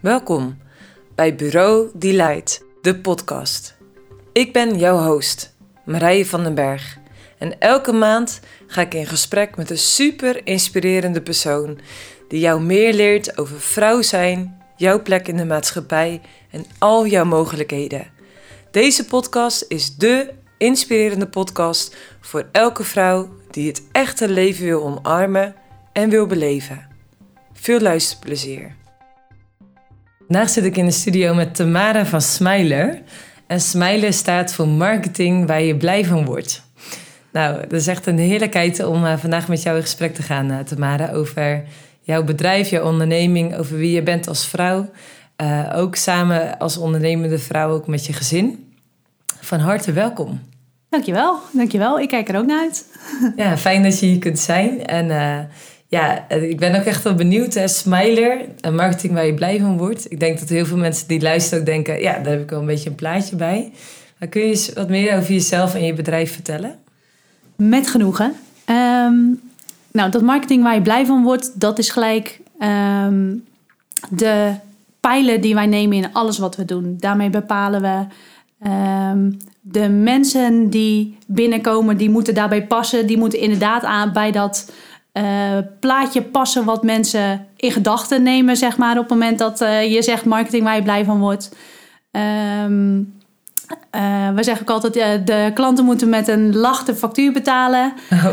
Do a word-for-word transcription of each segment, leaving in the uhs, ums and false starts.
Welkom bij Bureau Delight, de podcast. Ik ben jouw host, Marije van den Berg. En elke maand ga ik in gesprek met een super inspirerende persoon die jou meer leert over vrouw zijn, jouw plek in de maatschappij en al jouw mogelijkheden. Deze podcast is dé inspirerende podcast voor elke vrouw die het echte leven wil omarmen en wil beleven. Veel luisterplezier. Vandaag zit ik in de studio met Tamara van Smiler. En Smiler staat voor marketing waar je blij van wordt. Nou, dat is echt een heerlijkheid om uh, vandaag met jou in gesprek te gaan, uh, Tamara. Over jouw bedrijf, jouw onderneming, over wie je bent als vrouw. Uh, ook samen als ondernemende vrouw, ook met je gezin. Van harte welkom. Dankjewel, dankjewel. Ik kijk er ook naar uit. Ja, fijn dat je hier kunt zijn. En uh, ja, ik ben ook echt wel benieuwd. Hè? Smiler, een marketing waar je blij van wordt. Ik denk dat heel veel mensen die luisteren ook denken... ja, daar heb ik wel een beetje een plaatje bij. Maar kun je eens wat meer over jezelf en je bedrijf vertellen? Met genoegen. Um, nou, dat marketing waar je blij van wordt... dat is gelijk um, de pijler die wij nemen in alles wat we doen. Daarmee bepalen we... Um, de mensen die binnenkomen, die moeten daarbij passen. Die moeten inderdaad aan bij dat uh, plaatje passen wat mensen in gedachten nemen, zeg maar, op het moment dat uh, je zegt marketing waar je blij van wordt. Um, uh, we zeggen ook altijd, uh, de klanten moeten met een lach de factuur betalen. Oh.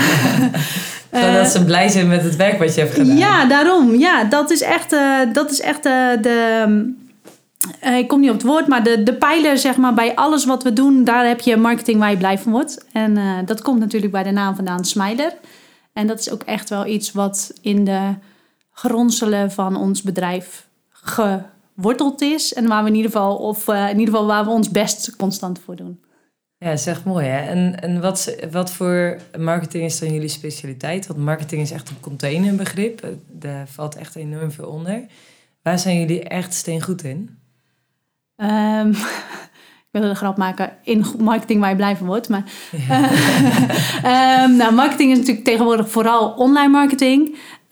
Uh, Zodat ze blij zijn met het werk wat je hebt gedaan. Ja, daarom. Ja, dat is echt, uh, dat is echt uh, de... Uh, ik kom niet op het woord, maar de, de pijler, zeg maar, bij alles wat we doen, daar heb je marketing waar je blij van wordt. En uh, dat komt natuurlijk bij de naam vandaan, Smiler. En dat is ook echt wel iets wat in de gronselen van ons bedrijf geworteld is. En waar we in ieder geval, of uh, in ieder geval waar we ons best constant voor doen. Ja, dat is echt mooi, hè? En, en wat, wat voor marketing is dan jullie specialiteit? Want marketing is echt een containerbegrip. Daar valt echt enorm veel onder. Waar zijn jullie echt steengoed in? Um, ik wil een grap maken in marketing waar je blij van wordt. Maar, ja. uh, um, nou, marketing is natuurlijk tegenwoordig vooral online marketing.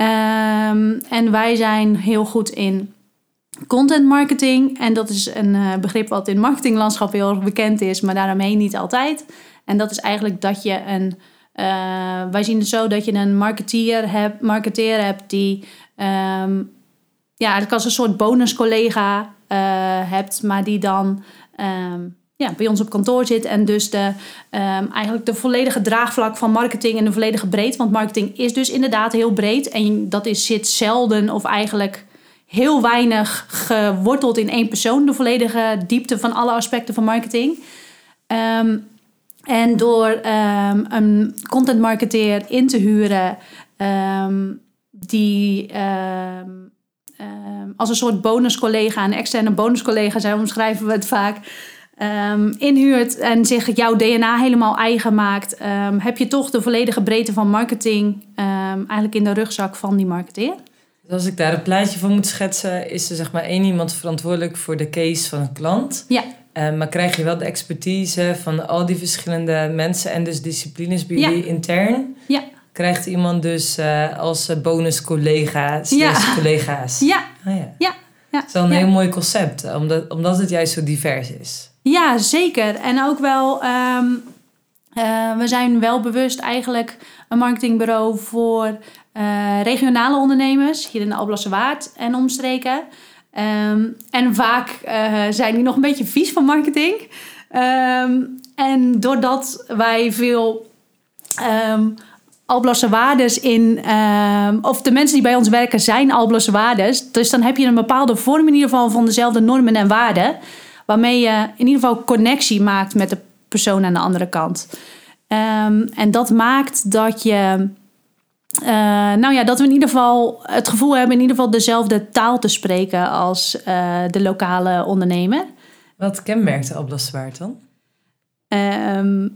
Um, en wij zijn heel goed in content marketing. En dat is een uh, begrip wat in het marketinglandschap heel erg bekend is. Maar daaromheen niet altijd. En dat is eigenlijk dat je een... Uh, wij zien het zo dat je een marketeer hebt, marketeer hebt die... Um, ja, eigenlijk als een soort bonuscollega uh, hebt, maar die dan um, ja, bij ons op kantoor zit. En dus de, um, eigenlijk de volledige draagvlak van marketing en de volledige breedte. Want marketing is dus inderdaad heel breed. En dat is, zit zelden of eigenlijk heel weinig geworteld in één persoon. De volledige diepte van alle aspecten van marketing. Um, en door um, een content marketeer in te huren um, die... Um, Um, als een soort bonuscollega, een externe bonuscollega, zo omschrijven we het vaak, um, inhuurt en zich jouw D N A helemaal eigen maakt, um, heb je toch de volledige breedte van marketing um, eigenlijk in de rugzak van die marketeer. Dus als ik daar een plaatje van moet schetsen, is er zeg maar één iemand verantwoordelijk voor de case van een klant. Ja. Uh, maar krijg je wel de expertise van al die verschillende mensen en dus disciplines bij jullie ja. intern? Ja. Krijgt iemand dus uh, als bonuscollega's, ja. collega's? Ja. Oh, ja. ja. ja. Dat is wel een ja. heel mooi concept, omdat, omdat het juist zo divers is. Ja, zeker. En ook wel, um, uh, we zijn wel bewust eigenlijk een marketingbureau voor uh, regionale ondernemers, hier in de Alblasserdse Waard en omstreken. Um, en vaak uh, zijn die nog een beetje vies van marketing. Um, en doordat wij veel... Um, Alblasserwaarders in... Um, of de mensen die bij ons werken zijn Alblasserwaarders. Dus dan heb je een bepaalde vorm in ieder geval van dezelfde normen en waarden. Waarmee je in ieder geval connectie maakt met de persoon aan de andere kant. Um, en dat maakt dat je... Uh, nou ja, dat we in ieder geval het gevoel hebben in ieder geval dezelfde taal te spreken als uh, de lokale ondernemer. Wat kenmerkt de Alblasserwaard dan? Um,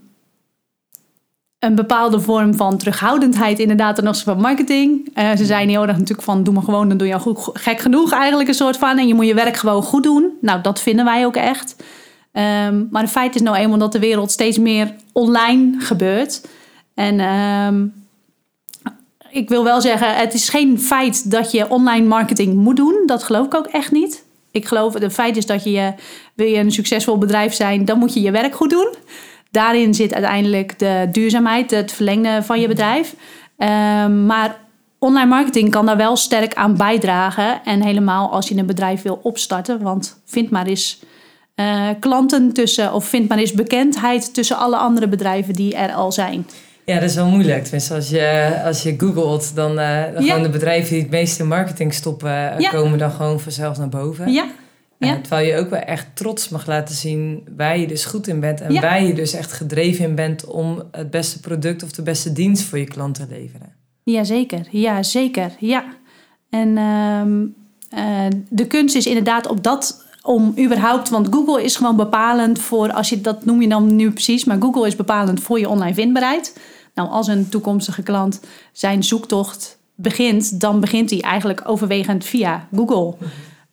Een bepaalde vorm van terughoudendheid inderdaad ten opzichte van marketing. Uh, ze zijn heel erg natuurlijk van, doe maar gewoon, dan doe je al goed, gek genoeg eigenlijk een soort van. En je moet je werk gewoon goed doen. Nou, dat vinden wij ook echt. Um, maar het feit is nou eenmaal dat de wereld steeds meer online gebeurt. En um, ik wil wel zeggen, het is geen feit dat je online marketing moet doen. Dat geloof ik ook echt niet. Ik geloof, het feit is dat je, wil je een succesvol bedrijf zijn, dan moet je je werk goed doen. Daarin zit uiteindelijk de duurzaamheid, het verlengen van je bedrijf. Um, maar online marketing kan daar wel sterk aan bijdragen. En helemaal als je een bedrijf wil opstarten. Want vind maar eens uh, klanten tussen, of vind maar eens bekendheid tussen alle andere bedrijven die er al zijn. Ja, dat is wel moeilijk. Tenminste, als je, als je googelt, dan, uh, dan ja. gaan de bedrijven die het meeste marketing stoppen, uh, ja. komen dan gewoon vanzelf naar boven. Ja. Ja. Uh, terwijl je ook wel echt trots mag laten zien waar je dus goed in bent. En ja. waar je dus echt gedreven in bent om het beste product of de beste dienst voor je klant te leveren. Jazeker, ja, zeker. Ja. En um, uh, de kunst is inderdaad op dat om überhaupt, want Google is gewoon bepalend voor, als je dat noem je dan nu precies, maar Google is bepalend voor je online vindbaarheid. Nou, als een toekomstige klant zijn zoektocht begint, dan begint hij eigenlijk overwegend via Google. Mm-hmm.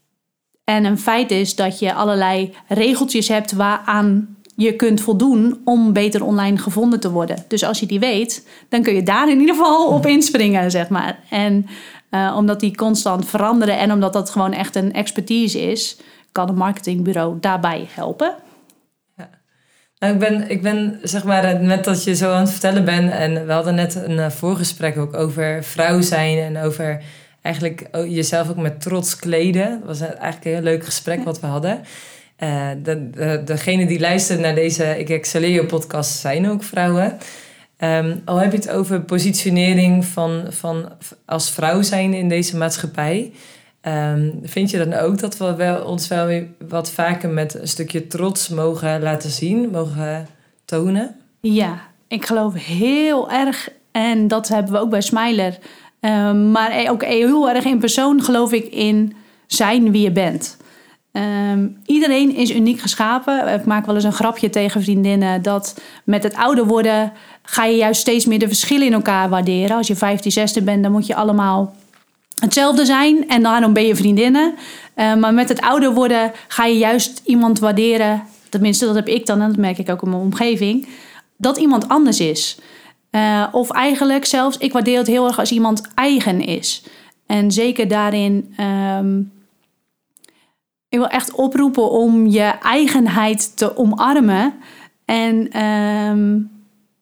En een feit is dat je allerlei regeltjes hebt waaraan je kunt voldoen om beter online gevonden te worden. Dus als je die weet, dan kun je daar in ieder geval op inspringen, zeg maar. En uh, omdat die constant veranderen en omdat dat gewoon echt een expertise is, kan een marketingbureau daarbij helpen. Ja. Nou, ik ben, ik ben, zeg maar, net dat je zo aan het vertellen bent, en we hadden net een uh, voorgesprek ook over vrouw zijn en over eigenlijk jezelf ook met trots kleden. Dat was eigenlijk een heel leuk gesprek wat we hadden. Uh, de, de, degene die luistert naar deze Ik Excelleer Je podcast zijn ook vrouwen. Um, al heb je het over positionering van, van als vrouw zijn in deze maatschappij. Um, vind je dan ook dat we wel, ons wel weer wat vaker met een stukje trots mogen laten zien, mogen tonen? Ja, ik geloof heel erg, en dat hebben we ook bij Smiler, um, maar ook heel erg in persoon geloof ik in zijn wie je bent. Um, iedereen is uniek geschapen. Ik maak wel eens een grapje tegen vriendinnen dat met het ouder worden ga je juist steeds meer de verschillen in elkaar waarderen. Als je vijftien, zestien bent, dan moet je allemaal hetzelfde zijn en daarom ben je vriendinnen. Uh, maar met het ouder worden ga je juist iemand waarderen, tenminste dat heb ik dan en dat merk ik ook in mijn omgeving, dat iemand anders is. Uh, of eigenlijk zelfs, ik waardeer het heel erg als iemand eigen is. En zeker daarin, Um, ik wil echt oproepen om je eigenheid te omarmen en um,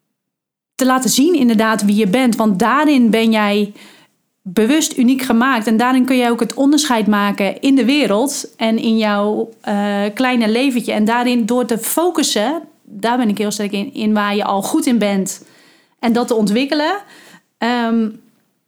te laten zien inderdaad wie je bent. Want daarin ben jij bewust uniek gemaakt. En daarin kun je ook het onderscheid maken in de wereld en in jouw uh, kleine leventje. En daarin door te focussen, daar ben ik heel sterk in, in waar je al goed in bent. En dat te ontwikkelen, um,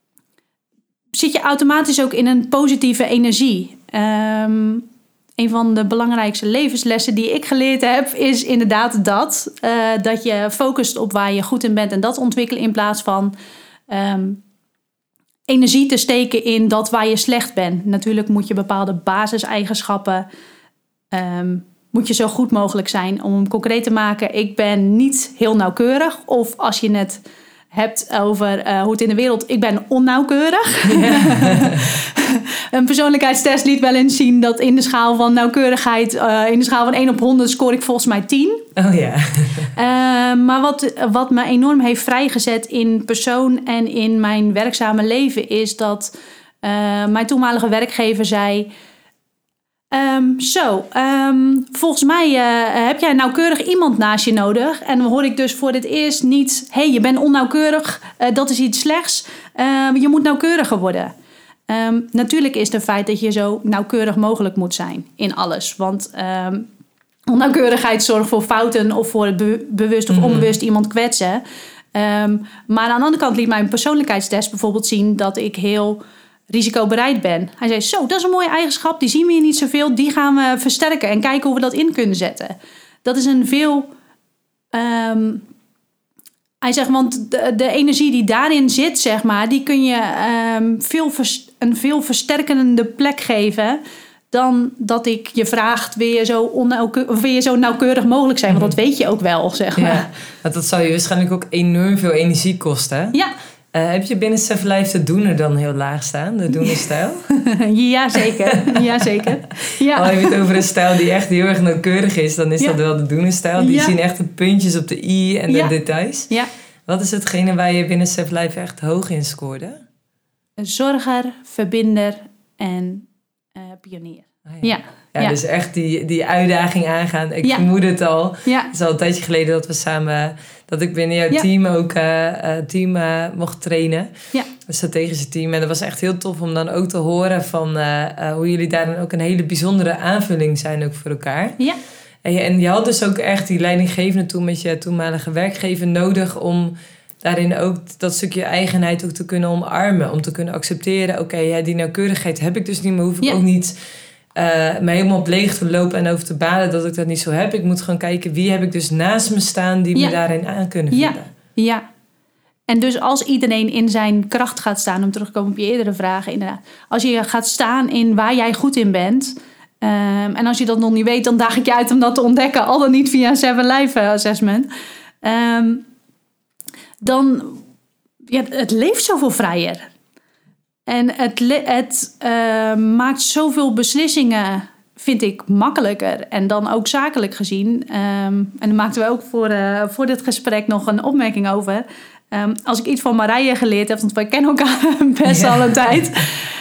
zit je automatisch ook in een positieve energie. Um, Een van de belangrijkste levenslessen die ik geleerd heb, is inderdaad dat. Uh, dat je focust op waar je goed in bent en dat ontwikkelen in plaats van um, energie te steken in dat waar je slecht bent. Natuurlijk moet je bepaalde basiseigenschappen, um, moet je zo goed mogelijk zijn. Om hem concreet te maken, ik ben niet heel nauwkeurig. Of als je het hebt over uh, hoe het in de wereld, ik ben onnauwkeurig. Ja. Een persoonlijkheidstest liet wel eens zien dat in de schaal van nauwkeurigheid, uh, in de schaal van één op honderd scoor ik volgens mij tien. Oh ja. Uh, maar wat, wat me enorm heeft vrijgezet in persoon en in mijn werkzame leven is dat uh, mijn toenmalige werkgever zei, Um, zo, um, volgens mij uh, heb jij nauwkeurig iemand naast je nodig. En dan hoor ik dus voor het eerst niet, hé, hey, je bent onnauwkeurig, uh, dat is iets slechts. Uh, je moet nauwkeuriger worden. Um, natuurlijk is het een feit dat je zo nauwkeurig mogelijk moet zijn in alles. Want um, onnauwkeurigheid zorgt voor fouten of voor be- bewust of mm-hmm. onbewust iemand kwetsen. Um, maar aan de andere kant liet mijn persoonlijkheidstest bijvoorbeeld zien dat ik heel risicobereid ben. Hij zei, zo, dat is een mooie eigenschap, die zien we hier niet zoveel, die gaan we versterken en kijken hoe we dat in kunnen zetten. Dat is een veel, um, hij zegt, want de, de energie die daarin zit, zeg maar, die kun je um, veel vers, een veel versterkende plek geven dan dat ik je vraagt, wil je zo, onnauwkeurig, of wil je zo nauwkeurig mogelijk zijn? Want dat weet je ook wel, zeg maar. Ja, want dat zou je waarschijnlijk ook enorm veel energie kosten. Ja. Uh, heb je binnen Seven Life de doener dan heel laag staan? De doenerstijl? ja, zeker. Ja, zeker. Ja. Al heb je het over een stijl die echt heel erg nauwkeurig is, dan is ja. dat wel de doenerstijl. Die ja. zien echt de puntjes op de i en de ja. details. Ja. Wat is hetgene waar je binnen Seven Life echt hoog in scoorde? zorger, verbinder en uh, pionier. Oh ja. Ja. Ja, ja, dus echt die, die uitdaging aangaan. Ik ja. vermoed het al. Ja. Het is al een tijdje geleden dat we samen... dat ik binnen jouw ja. team ook uh, uh, team uh, mocht trainen. Ja. Een strategische team. En dat was echt heel tof om dan ook te horen... van uh, uh, hoe jullie daarin ook een hele bijzondere aanvulling zijn ook voor elkaar. Ja. En je, en je had dus ook echt die leidinggevende toen... met je toenmalige werkgever nodig om... daarin ook dat stukje eigenheid ook te kunnen omarmen. Om te kunnen accepteren... oké, okay, ja, die nauwkeurigheid heb ik dus niet... maar hoef ik ja. ook niet... Uh, me helemaal op leeg te lopen en over te balen dat ik dat niet zo heb. Ik moet gewoon kijken wie heb ik dus naast me staan die ja. me daarin aan kunnen vullen. Ja. ja, en dus als iedereen in zijn kracht gaat staan, om terug te komen op je eerdere vragen inderdaad. Als je gaat staan in waar jij goed in bent. Um, en als je dat nog niet weet, dan daag ik je uit om dat te ontdekken. Al dan niet via een Seven Life Assessment. Um, dan, ja, het leeft zoveel vrijer. En het, het uh, maakt zoveel beslissingen, vind ik, makkelijker. En dan ook zakelijk gezien. Um, en daar maakten we ook voor, uh, voor dit gesprek nog een opmerking over. Um, als ik iets van Marije geleerd heb, want wij kennen elkaar best ja. al een tijd.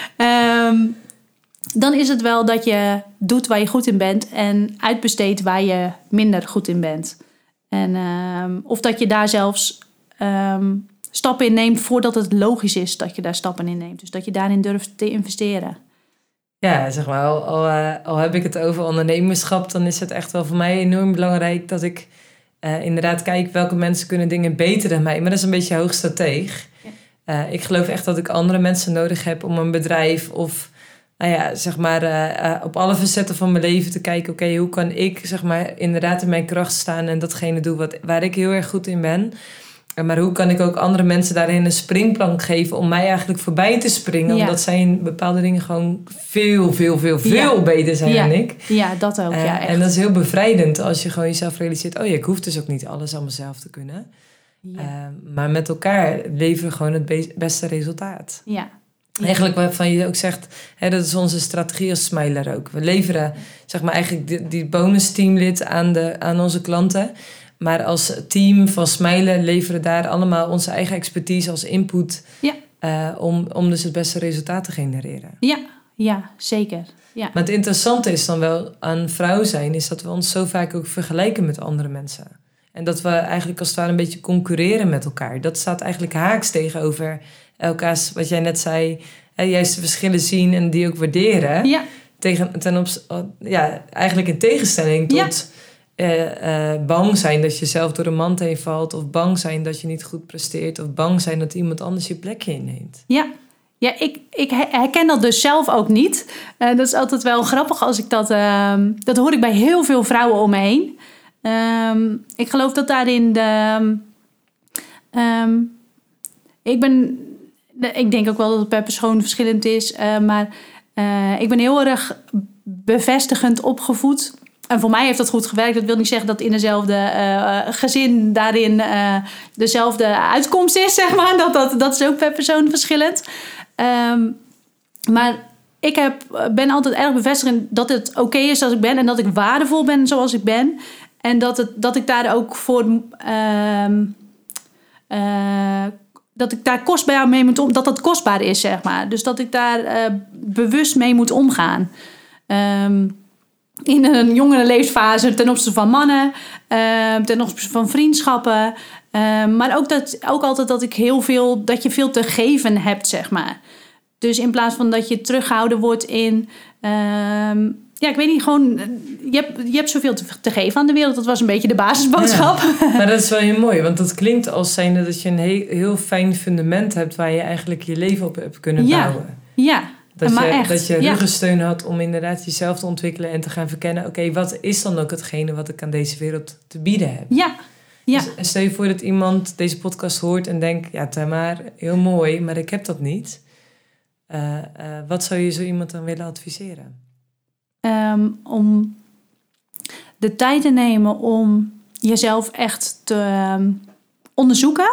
Um, dan is het wel dat je doet waar je goed in bent en uitbesteedt waar je minder goed in bent. En, um, of dat je daar zelfs... Um, stappen in neemt voordat het logisch is dat je daar stappen in neemt. Dus dat je daarin durft te investeren. Ja, zeg maar, al, al, uh, al heb ik het over ondernemerschap... dan is het echt wel voor mij enorm belangrijk... dat ik uh, inderdaad kijk welke mensen kunnen dingen beter dan mij. Maar dat is een beetje hoogstrateeg. Ja. Uh, ik geloof echt dat ik andere mensen nodig heb om een bedrijf... of nou ja, zeg maar, uh, uh, op alle facetten van mijn leven te kijken... oké, okay, hoe kan ik zeg maar, inderdaad in mijn kracht staan... en datgene doen wat, waar ik heel erg goed in ben... Maar hoe kan ik ook andere mensen daarin een springplank geven... om mij eigenlijk voorbij te springen? Ja. Omdat zij in bepaalde dingen gewoon veel, veel, veel, veel ja. beter zijn ja. dan ik. Ja, dat ook. Uh, ja, echt. En dat is heel bevrijdend als je gewoon jezelf realiseert... oh ja, ik hoef dus ook niet alles allemaal zelf te kunnen. Ja. Uh, maar met elkaar leveren we gewoon het be- beste resultaat. Ja. Ja. Eigenlijk waarvan je ook zegt... Hè, dat is onze strategie als Smiler ook. We leveren zeg maar, eigenlijk die, die bonus teamlid aan, de, aan onze klanten... Maar als team van Smijlen leveren daar allemaal onze eigen expertise als input... Ja. Uh, om, om dus het beste resultaat te genereren. Ja, ja zeker. Ja. Maar het interessante is dan wel aan vrouw zijn... is dat we ons zo vaak ook vergelijken met andere mensen. En dat we eigenlijk als het ware een beetje concurreren met elkaar. Dat staat eigenlijk haaks tegenover elkaars, wat jij net zei... Hè, juist de verschillen zien en die ook waarderen. Ja. Tegen, ten ops, ja, eigenlijk in tegenstelling tot... Ja. Uh, uh, bang zijn dat je zelf door de mand heen valt... of bang zijn dat je niet goed presteert... of bang zijn dat iemand anders je plekje inneemt. Ja, ja ik, ik herken dat dus zelf ook niet. Uh, dat is altijd wel grappig als ik dat... Uh, dat hoor ik bij heel veel vrouwen om me heen. Um, ik geloof dat daarin de... Um, ik ben... Ik denk ook wel dat het per persoon verschillend is. Uh, maar uh, ik ben heel erg bevestigend opgevoed... En voor mij heeft dat goed gewerkt. Dat wil niet zeggen dat in dezelfde uh, gezin daarin uh, dezelfde uitkomst is, zeg maar. Dat, dat, dat is ook per persoon verschillend. Um, maar ik heb, ben altijd erg bevestigend dat het oké okay is als ik ben. En dat ik waardevol ben zoals ik ben. En dat, het, dat ik daar ook voor... Uh, uh, dat ik daar kostbaar mee moet om, dat dat kostbaar is, zeg maar. Dus dat ik daar uh, bewust mee moet omgaan. Um, In een jongere levensfase ten opzichte van mannen, uh, ten opzichte van vriendschappen. Uh, maar ook, dat, ook altijd dat ik heel veel, dat je veel te geven hebt, zeg maar. Dus in plaats van dat je teruggehouden wordt in... Uh, ja, ik weet niet, gewoon... Je hebt, je hebt zoveel te, te geven aan de wereld. Dat was een beetje de basisboodschap. Ja, maar dat is wel heel mooi. Want dat klinkt als zijnde dat je een heel, heel fijn fundament hebt... waar je eigenlijk je leven op hebt kunnen ja, bouwen. Ja, Dat maar je, echt, dat je ja. ruggensteun had om inderdaad jezelf te ontwikkelen... en te gaan verkennen, oké, okay, wat is dan ook hetgene... wat ik aan deze wereld te bieden heb? Ja, ja. Dus stel je voor dat iemand deze podcast hoort en denkt... ja, Tamar, heel mooi, maar ik heb dat niet. Uh, uh, wat zou je zo iemand dan willen adviseren? Um, om de tijd te nemen om jezelf echt te um, onderzoeken...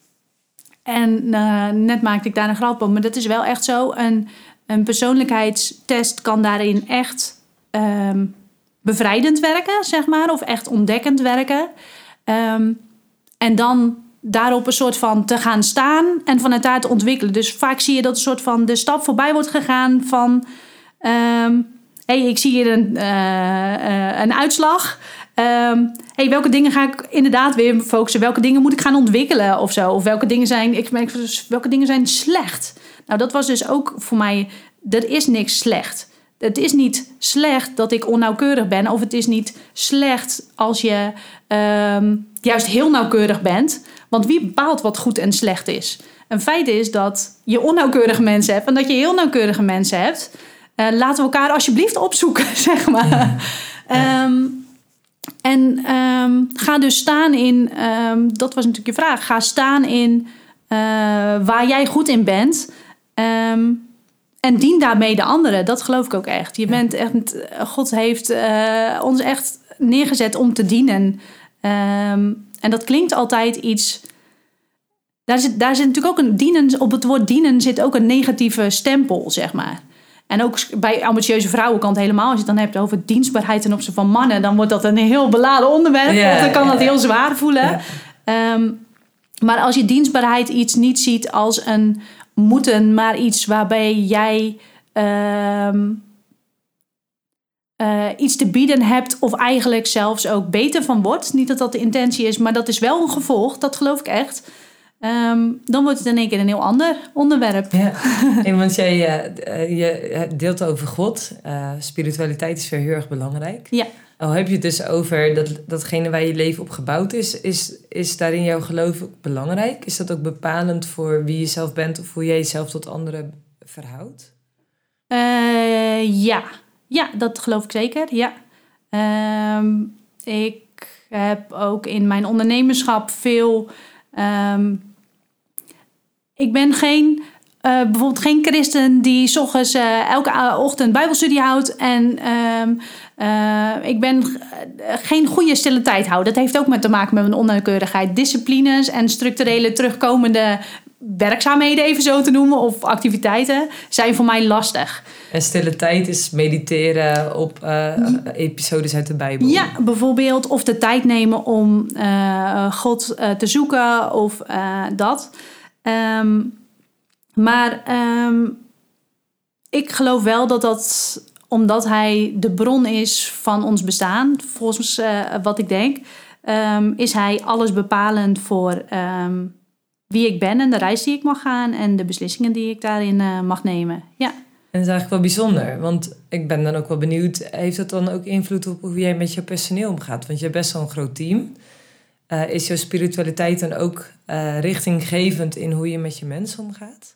En uh, net maakte ik daar een grap op, maar dat is wel echt zo. Een, een persoonlijkheidstest kan daarin echt um, bevrijdend werken, zeg maar. Of echt ontdekkend werken. Um, en dan daarop een soort van te gaan staan en vanuit daar te ontwikkelen. Dus vaak zie je dat een soort van de stap voorbij wordt gegaan van... Um, hey, ik zie hier een, uh, uh, een uitslag. Um, hey, welke dingen ga ik inderdaad weer focussen? Welke dingen moet ik gaan ontwikkelen of zo? Of welke dingen zijn, ik merk, welke dingen zijn slecht? Nou, dat was dus ook voor mij... Er is niks slecht. Het is niet slecht dat ik onnauwkeurig ben. Of het is niet slecht als je um, juist heel nauwkeurig bent. Want wie bepaalt wat goed en slecht is? Een feit is dat je onnauwkeurige mensen hebt... en dat je heel nauwkeurige mensen hebt. Uh, laten we elkaar alsjeblieft opzoeken, zeg maar. Ja. Ja. Um, en um, ga dus staan in... Um, dat was natuurlijk je vraag. Ga staan in uh, waar jij goed in bent... Um, En dien daarmee de anderen. Dat geloof ik ook echt. Je bent echt, God heeft uh, ons echt neergezet om te dienen. Um, en dat klinkt altijd iets... Daar zit, daar zit natuurlijk ook een dienen... Op het woord dienen zit ook een negatieve stempel, zeg maar. En ook bij ambitieuze vrouwen kan het helemaal... Als je het dan hebt over dienstbaarheid ten opzichte van mannen... dan wordt dat een heel beladen onderwerp. Ja, of dan kan ja, dat heel zwaar voelen. Ja. Um, maar als je dienstbaarheid iets niet ziet als een... moeten, maar iets waarbij jij uh, uh, iets te bieden hebt... of eigenlijk zelfs ook beter van wordt. Niet dat dat de intentie is, maar dat is wel een gevolg. Dat geloof ik echt. Um, dan wordt het in één keer een heel ander onderwerp. Ja, en want jij uh, je deelt over God. Uh, spiritualiteit is weer heel erg belangrijk. Ja. Al heb je het dus over dat, datgene waar je leven op gebouwd is, is... Is daarin jouw geloof ook belangrijk? Is dat ook bepalend voor wie je zelf bent... of hoe jij jezelf tot anderen verhoudt? Uh, ja. ja, dat geloof ik zeker, ja. Um, ik heb ook in mijn ondernemerschap veel... Um, ik ben geen... Uh, bijvoorbeeld geen christen die 's ochtends uh, elke ochtend bijbelstudie houdt. En um, uh, ik ben uh, geen goede stille tijd houden. Dat heeft ook met te maken met mijn onnauwkeurigheid. Disciplines en structurele terugkomende werkzaamheden, even zo te noemen, of activiteiten, zijn voor mij lastig. En stille tijd is mediteren op uh, episodes uit de Bijbel. Ja, bijvoorbeeld. Of de tijd nemen om uh, God uh, te zoeken of uh, dat. Um, Maar um, ik geloof wel dat dat, omdat hij de bron is van ons bestaan, volgens uh, wat ik denk, um, is hij alles bepalend voor um, wie ik ben en de reis die ik mag gaan en de beslissingen die ik daarin uh, mag nemen. Ja. En dat is eigenlijk wel bijzonder, want ik ben dan ook wel benieuwd, heeft dat dan ook invloed op hoe jij met je personeel omgaat? Want je hebt best wel een groot team. Uh, is jouw spiritualiteit dan ook uh, richtinggevend in hoe je met je mensen omgaat?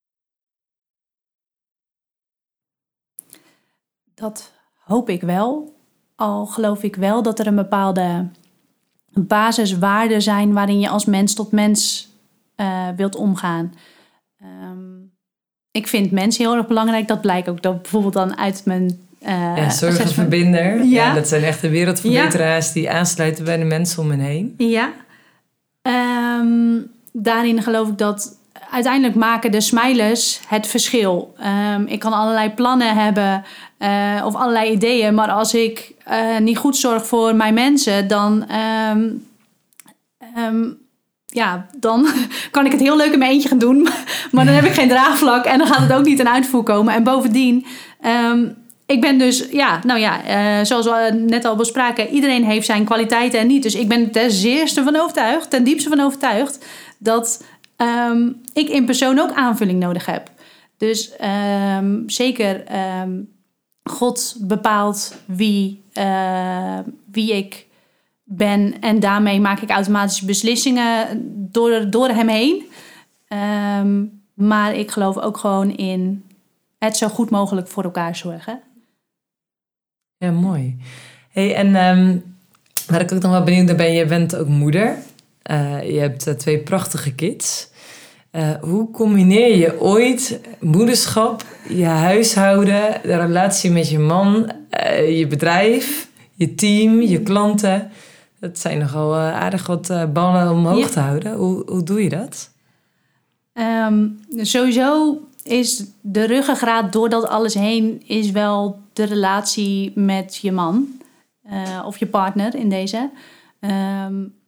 Dat hoop ik wel. Al geloof ik wel dat er een bepaalde basiswaarden zijn waarin je als mens tot mens uh, wilt omgaan. Um, ik vind mensen heel erg belangrijk. Dat blijkt ook dat bijvoorbeeld dan uit mijn... Uh, ja, zorgenverbinder. Ja. Ja, dat zijn echt de wereldverbeteraars ja. die aansluiten bij de mensen om hen heen. Ja. Um, daarin geloof ik dat uiteindelijk maken de smilers het verschil. Um, ik kan allerlei plannen hebben uh, of allerlei ideeën, maar als ik uh, niet goed zorg voor mijn mensen, dan, um, um, ja, dan kan ik het heel leuk in mijn eentje gaan doen, maar dan heb ik geen draagvlak en dan gaat het ook niet ten uitvoer komen. En bovendien, um, ik ben dus, ja, nou ja, uh, zoals we net al bespraken, iedereen heeft zijn kwaliteiten en niet. Dus ik ben ten zeerste van overtuigd, ten diepste van overtuigd, dat Um, ik in persoon ook aanvulling nodig heb. Dus um, zeker um, God bepaalt wie, uh, wie ik ben. En daarmee maak ik automatisch beslissingen door, door hem heen. Um, maar ik geloof ook gewoon in het zo goed mogelijk voor elkaar zorgen. Ja, mooi. Hey, en um, waar ik ook nog wel benieuwd naar ben, je bent ook moeder. Uh, je hebt uh, twee prachtige kids. Uh, hoe combineer je ooit moederschap, je huishouden, de relatie met je man, uh, je bedrijf, je team, je klanten? Dat zijn nogal uh, aardig wat uh, ballen omhoog ja. te houden. Hoe, hoe doe je dat? Um, sowieso is de ruggengraat door dat alles heen is wel de relatie met je man uh, of je partner in deze. Um,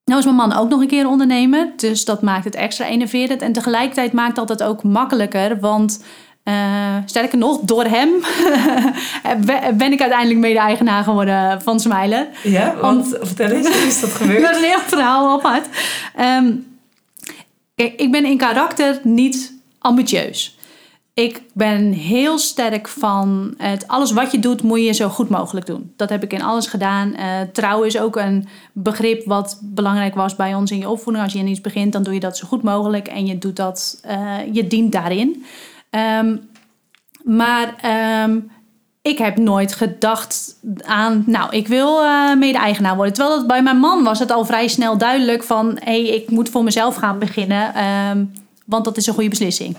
Nou is mijn man ook nog een keer ondernemer. Dus dat maakt het extra enerverend. En tegelijkertijd maakt dat het ook makkelijker. Want uh, sterker nog, door hem ben ik uiteindelijk mede-eigenaar geworden van Smiler. Ja, want Om, vertel eens, hoe is dat gebeurd? Dat is een heel verhaal apart. Um, kijk, ik ben in karakter niet ambitieus. Ik ben heel sterk van het, alles wat je doet, moet je zo goed mogelijk doen. Dat heb ik in alles gedaan. Uh, trouw is ook een begrip wat belangrijk was bij ons in je opvoeding. Als je in iets begint, dan doe je dat zo goed mogelijk. En je doet dat, uh, je dient daarin. Um, maar um, ik heb nooit gedacht aan, nou, ik wil uh, mede-eigenaar worden. Terwijl dat bij mijn man was het al vrij snel duidelijk van, hé, hey, ik moet voor mezelf gaan beginnen. Um, want dat is een goede beslissing.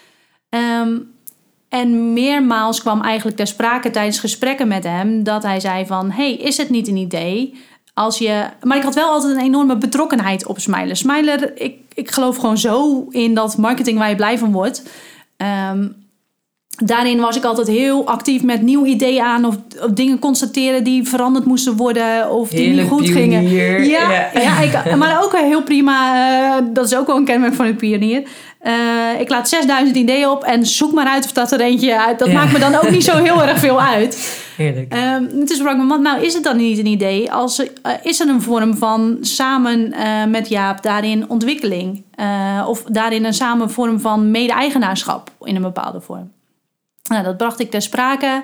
Um, en meermaals kwam eigenlijk ter sprake tijdens gesprekken met hem dat hij zei van, hey, is het niet een idee als je... Maar ik had wel altijd een enorme betrokkenheid op Smiler. Smiler, ik, ik geloof gewoon zo in dat marketing waar je blij van wordt. Um, daarin was ik altijd heel actief met nieuwe ideeën aan of, of dingen constateren die veranderd moesten worden of die Hele niet goed pionier. gingen. Ja, ja. ja ik, maar ook heel prima. Uh, dat is ook wel een kenmerk van een pionier. Uh, ik laat zesduizend ideeën op en zoek maar uit of dat er eentje uit. Dat ja. maakt me dan ook niet zo heel erg veel uit. Heerlijk. Um, dus sprak mijn man, nou is het dan niet een idee? Als, uh, is er een vorm van samen uh, met Jaap daarin ontwikkeling? Uh, of daarin een samen vorm van mede-eigenaarschap in een bepaalde vorm? Nou, dat bracht ik ter sprake.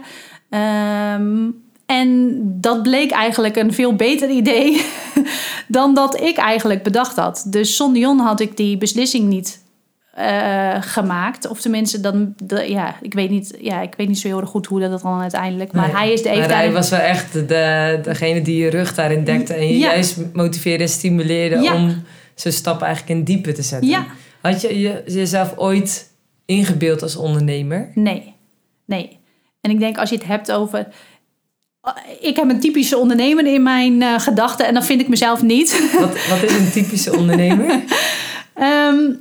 Um, en dat bleek eigenlijk een veel beter idee dan dat ik eigenlijk bedacht had. Dus zonder Jon had ik die beslissing niet uh, gemaakt. Of tenminste, dan, de, ja, ik weet niet, ja, ik weet niet zo heel erg goed hoe dat dan uiteindelijk. Maar nee, hij is de maar hij was wel echt de, degene die je rug daarin dekte en je ja. juist motiveerde en stimuleerde ja. om zo'n stap eigenlijk in diepe te zetten. Ja. Had je, je jezelf ooit ingebeeld als ondernemer? Nee. Nee. En ik denk als je het hebt over... Ik heb een typische ondernemer in mijn uh, gedachten en dat vind ik mezelf niet. Wat, wat is een typische ondernemer? um,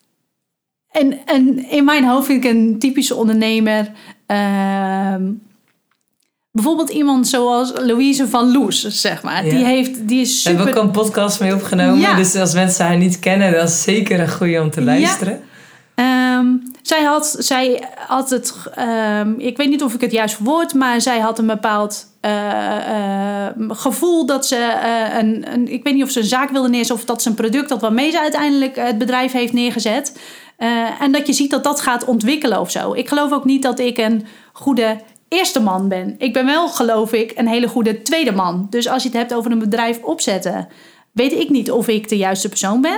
en, en in mijn hoofd vind ik een typische ondernemer... Uh, bijvoorbeeld iemand zoals Louise van Loes, zeg maar. Ja. Die, heeft, die is super... We hebben ook een podcast mee opgenomen. Ja. Dus als mensen haar niet kennen, dat is zeker een goede om te luisteren. Ja. Um, zij, had, zij had het, um, ik weet niet of ik het juist verwoord, maar zij had een bepaald uh, uh, gevoel dat ze, uh, een, een, ik weet niet of ze een zaak wilde neerzetten of dat ze een product had waarmee ze uiteindelijk het bedrijf heeft neergezet. Uh, en dat je ziet dat dat gaat ontwikkelen of zo. Ik geloof ook niet dat ik een goede eerste man ben. Ik ben wel, geloof ik, een hele goede tweede man. Dus als je het hebt over een bedrijf opzetten, weet ik niet of ik de juiste persoon ben.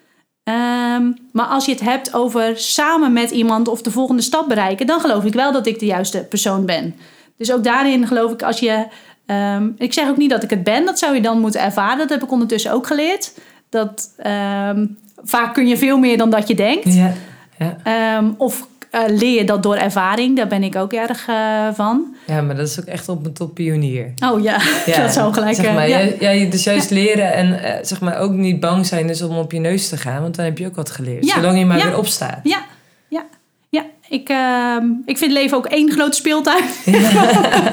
Um, maar als je het hebt over samen met iemand of de volgende stap bereiken, dan geloof ik wel dat ik de juiste persoon ben. Dus ook daarin geloof ik als je... Um, ik zeg ook niet dat ik het ben, dat zou je dan moeten ervaren. Dat heb ik ondertussen ook geleerd. Dat um, vaak kun je veel meer dan dat je denkt. Ja, ja. Um, of uh, leer je dat door ervaring, daar ben ik ook erg uh, van. Ja, maar dat is ook echt op een top pionier. Oh ja, ja. Dat zou gelijk... Zeg maar, ja. ja, ja, dus juist leren en uh, zeg maar ook niet bang zijn dus om op je neus te gaan. Want dan heb je ook wat geleerd. Ja. Zolang je maar ja. weer opstaat. Ja, ja, ja. Ik, uh, ik vind leven ook één grote speeltuin. Ja.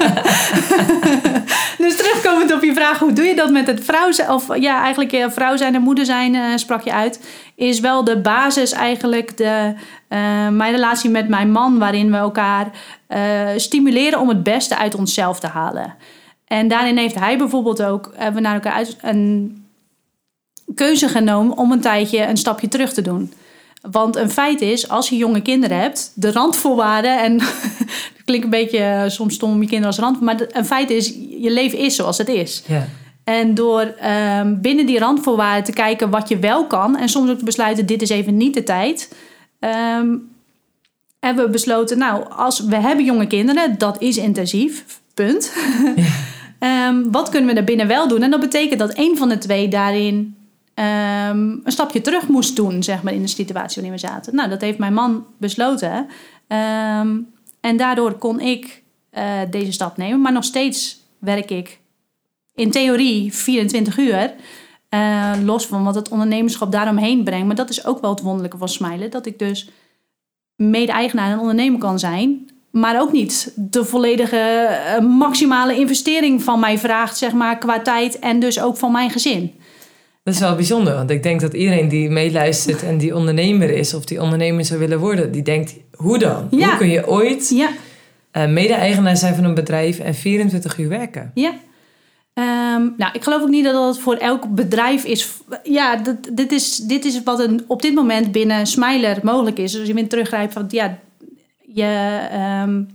Dus terugkomend op je vraag, hoe doe je dat met het vrouw zijn? Of ja, eigenlijk ja, vrouw zijn en moeder zijn, uh, sprak je uit. Is wel de basis eigenlijk de, uh, mijn relatie met mijn man, waarin we elkaar uh, stimuleren om het beste uit onszelf te halen. En daarin heeft hij bijvoorbeeld ook, hebben we naar elkaar uit, een keuze genomen om een tijdje een stapje terug te doen. Want een feit is, als je jonge kinderen hebt, de randvoorwaarden... en het klinkt een beetje soms stom om je kinderen als rand... maar een feit is, je leven is zoals het is. Ja. En door um, binnen die randvoorwaarden te kijken wat je wel kan... en soms ook te besluiten, dit is even niet de tijd... Um, hebben we besloten, nou, als we hebben jonge kinderen... dat is intensief, punt. Ja. um, wat kunnen we daarbinnen wel doen? En dat betekent dat één van de twee daarin... Um, een stapje terug moest doen, zeg maar, in de situatie waarin we zaten. Nou, dat heeft mijn man besloten. Um, en daardoor kon ik uh, deze stap nemen. Maar nog steeds werk ik in theorie vierentwintig uur. Uh, los van wat het ondernemerschap daaromheen brengt. Maar dat is ook wel het wonderlijke van Smiler. Dat ik dus mede-eigenaar en ondernemer kan zijn. Maar ook niet de volledige uh, maximale investering van mij vraagt, zeg maar, qua tijd. En dus ook van mijn gezin. Dat is wel bijzonder, want ik denk dat iedereen die meeluistert en die ondernemer is of die ondernemer zou willen worden, die denkt, hoe dan? Ja. Hoe kun je ooit ja. uh, mede-eigenaar zijn van een bedrijf en vierentwintig uur werken? Ja. Um, nou, ik geloof ook niet dat dat voor elk bedrijf is. Ja, dat, dit, is, dit is wat een, op dit moment binnen Smiler mogelijk is. Dus als je weer teruggrijpt van, ja, je, um,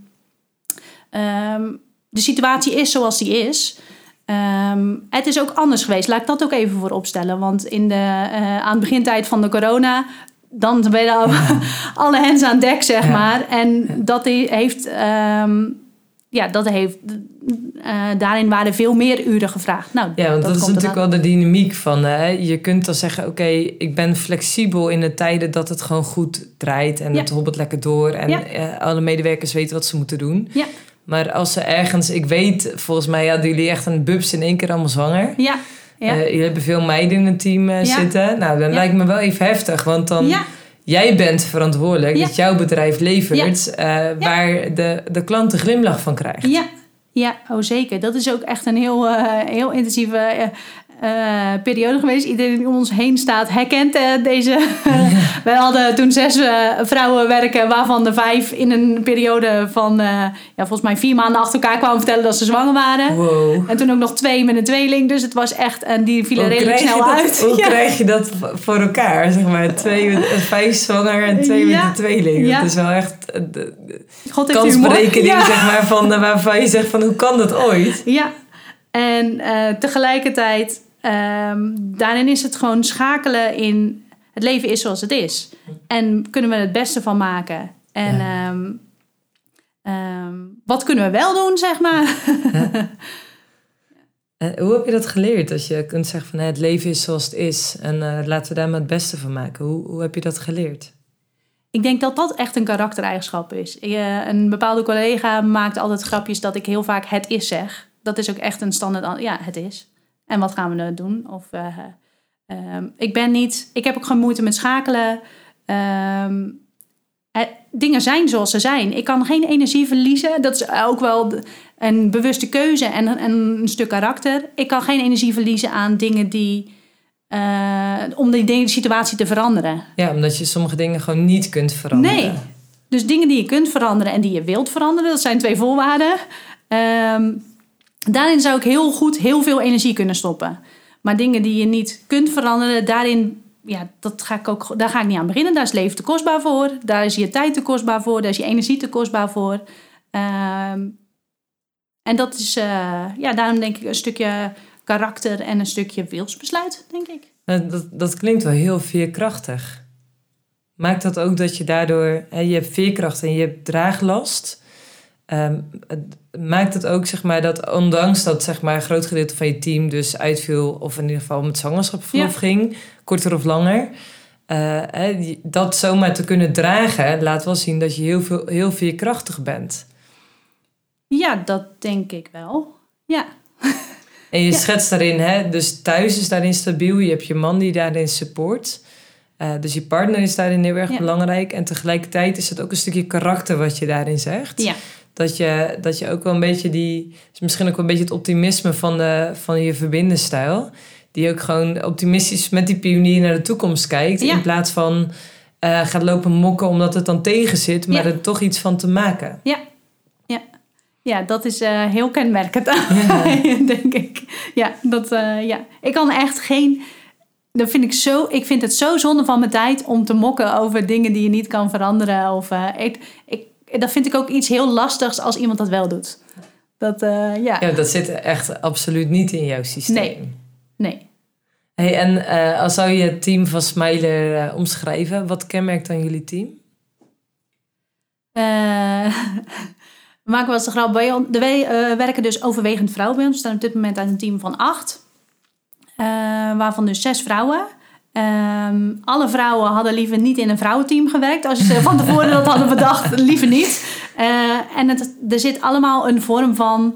um, de situatie is zoals die is. Um, het is ook anders geweest. Laat ik dat ook even voor opstellen. Want in de, uh, aan het begintijd van de corona, dan ben je al, alle hens aan dek, zeg ja. maar. En dat heeft, um, ja, dat heeft, uh, daarin waren veel meer uren gevraagd. Nou, ja, want dat, dat is natuurlijk wel de dynamiek van, uh, je kunt dan zeggen, oké, okay, ik ben flexibel in de tijden dat het gewoon goed draait en ja. het hobbelt lekker door en ja. uh, alle medewerkers weten wat ze moeten doen. Ja. Maar als ze ergens, ik weet, volgens mij hadden jullie echt een bubs in één keer allemaal zwanger. Ja. ja. Uh, jullie hebben veel meiden in het team uh, ja. zitten. Nou, dan ja. lijkt me wel even heftig, want dan ja. jij bent verantwoordelijk ja. dat jouw bedrijf levert ja. uh, waar ja. de, de klant een glimlach van krijgt. Ja, ja, oh zeker. Dat is ook echt een heel, uh, heel intensieve uh, uh, periode geweest. Iedereen die om ons heen staat herkent uh, deze. Ja. Wij hadden toen zes uh, vrouwen werken, waarvan de vijf in een periode van uh, ja, volgens mij vier maanden achter elkaar kwamen vertellen dat ze zwanger waren. Wow. En toen ook nog twee met een tweeling. Dus het was echt, en die vielen redelijk snel dat, uit. Hoe ja. krijg je dat voor elkaar? Zeg maar, twee met, vijf zwanger en twee ja. met een tweeling. Ja. Dat is wel echt de, de kansberekening, ja. zeg maar, van, waarvan je zegt van hoe kan dat ooit? Ja, en uh, tegelijkertijd, um, daarin is het gewoon schakelen in het leven is zoals het is. En kunnen we er het beste van maken. En ja. um, um, wat kunnen we wel doen, zeg maar. Ja. En hoe heb je dat geleerd? Dat je kunt zeggen van het leven is zoals het is. En uh, laten we daar maar het beste van maken. Hoe, hoe heb je dat geleerd? Ik denk dat dat echt een karaktereigenschap is. Uh, een bepaalde collega maakt altijd grapjes dat ik heel vaak het is zeg. Dat is ook echt een standaard. Ja, het is. En wat gaan we nu doen? Of, uh, um, ik ben niet... Ik heb ook geen moeite met schakelen. Um, uh, dingen zijn zoals ze zijn. Ik kan geen energie verliezen. Dat is ook wel een bewuste keuze en, en een stuk karakter. Ik kan geen energie verliezen aan dingen die... Uh, om die, die situatie te veranderen. Ja, omdat je sommige dingen gewoon niet kunt veranderen. Nee. Dus dingen die je kunt veranderen en die je wilt veranderen, dat zijn twee voorwaarden. Um, daarin zou ik heel goed heel veel energie kunnen stoppen. Maar dingen die je niet kunt veranderen, daarin, ja, dat ga ik ook, daar ga ik niet aan beginnen. Daar is leven te kostbaar voor. Daar is je tijd te kostbaar voor. Daar is je energie te kostbaar voor. Um, en dat is, uh, ja, daarom denk ik een stukje karakter en een stukje wilsbesluit, denk ik. Dat, dat klinkt wel heel veerkrachtig. Maakt dat ook dat je daardoor... Hè, je hebt veerkracht en je hebt draaglast. Um, maakt het ook, zeg maar, dat ondanks dat, zeg maar, een groot gedeelte van je team dus uitviel... of in ieder geval met zwangerschapsverlof ja. ging, korter of langer... Uh, hè, dat zomaar te kunnen dragen laat wel zien dat je heel, veel, heel veerkrachtig bent. Ja, dat denk ik wel. Ja. En je ja. schetst daarin, hè, dus thuis is daarin stabiel. Je hebt je man die daarin support. Uh, dus je partner is daarin heel erg ja. belangrijk. En tegelijkertijd is het ook een stukje karakter wat je daarin zegt. Ja. Dat je, dat je ook wel een beetje die... is misschien ook wel een beetje het optimisme van, de, van je verbindenstijl. Die ook gewoon optimistisch met die pionier naar de toekomst kijkt. Ja. In plaats van uh, gaat lopen mokken omdat het dan tegen zit. Maar ja. er toch iets van te maken. Ja. Ja, dat is uh, heel kenmerkend aan mij, ja. denk ik. Ja, dat, uh, ja, ik kan echt geen... Dat vind ik zo... Ik vind het zo zonde van mijn tijd om te mokken over dingen die je niet kan veranderen. Of, uh, ik, ik, dat vind ik ook iets heel lastigs als iemand dat wel doet. Dat, uh, ja. ja, dat zit echt absoluut niet in jouw systeem. Nee, nee. Hey, en uh, als zou je het team van Smiler uh, omschrijven, wat kenmerkt dan jullie team? Uh, We maken wel eens de grap. De uh, werken dus overwegend vrouwen bij ons. We staan op dit moment uit een team van acht. Uh, waarvan dus zes vrouwen. Um, alle vrouwen hadden liever niet in een vrouwenteam gewerkt. Als ze van tevoren dat hadden bedacht, liever niet. Uh, en het, er zit allemaal een vorm van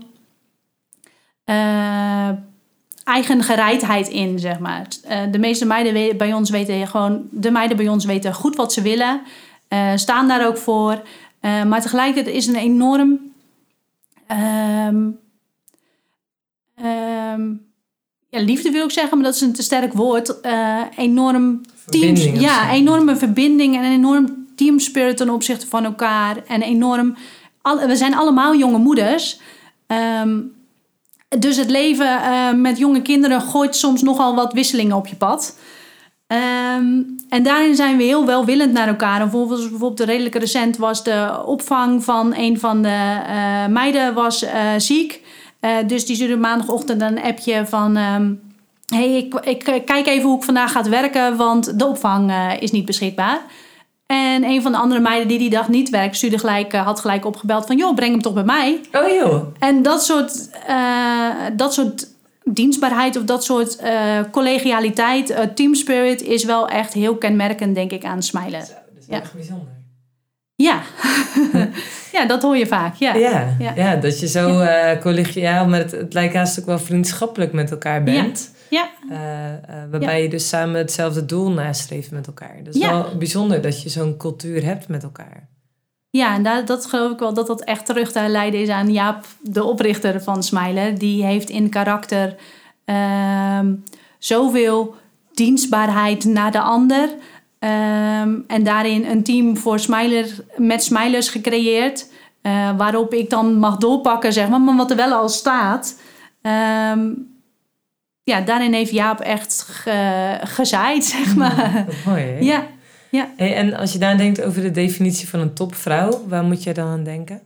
uh, eigen gereidheid in, zeg maar. Uh, de meeste meiden bij ons weten gewoon... De meiden bij ons weten goed wat ze willen. Uh, staan daar ook voor... Uh, maar tegelijkertijd is een enorm... Um, um, ja, liefde wil ik zeggen, maar dat is een te sterk woord. Uh, enorm teams, ja, zo. enorme verbinding en een enorm teamspirit ten opzichte van elkaar. En enorm, al, we zijn allemaal jonge moeders. Um, dus het leven uh, met jonge kinderen gooit soms nogal wat wisselingen op je pad. Um, en daarin zijn we heel welwillend naar elkaar. En bijvoorbeeld, bijvoorbeeld redelijk recent was de opvang van een van de uh, meiden was uh, ziek. Uh, dus die stuurde maandagochtend een appje van... Um, hey, ik, ik kijk even hoe ik vandaag ga werken, want de opvang uh, is niet beschikbaar. En een van de andere meiden die die dag niet werkt, stuurde gelijk, uh, had gelijk opgebeld van... joh, breng hem toch bij mij. Oh joh. En dat soort, uh, dat soort dienstbaarheid of dat soort uh, collegialiteit, uh, teamspirit... is wel echt heel kenmerkend, denk ik, aan Smiler. Zo, dat is ja. echt bijzonder. Ja. Ja, dat hoor je vaak. Ja, ja, ja. ja dat je zo uh, collegiaal, maar het, het lijkt haast ook wel vriendschappelijk met elkaar bent. Ja. Uh, uh, waarbij ja. je dus samen hetzelfde doel nastreeft met elkaar. Dat is ja. wel bijzonder dat je zo'n cultuur hebt met elkaar. Ja, en daar, dat geloof ik wel dat dat echt terug te leiden is aan Jaap, de oprichter van Smiler. Die heeft in karakter uh, zoveel dienstbaarheid naar de ander... Um, en daarin een team voor Smiler, met Smilers gecreëerd. Uh, waarop ik dan mag doorpakken, zeg maar. Maar wat er wel al staat. Um, ja, daarin heeft Jaap echt ge, gezaaid, zeg maar. Wat mooi, hè? Ja. ja. Hey, en als je daar denkt over de definitie van een topvrouw, waar moet je dan aan denken?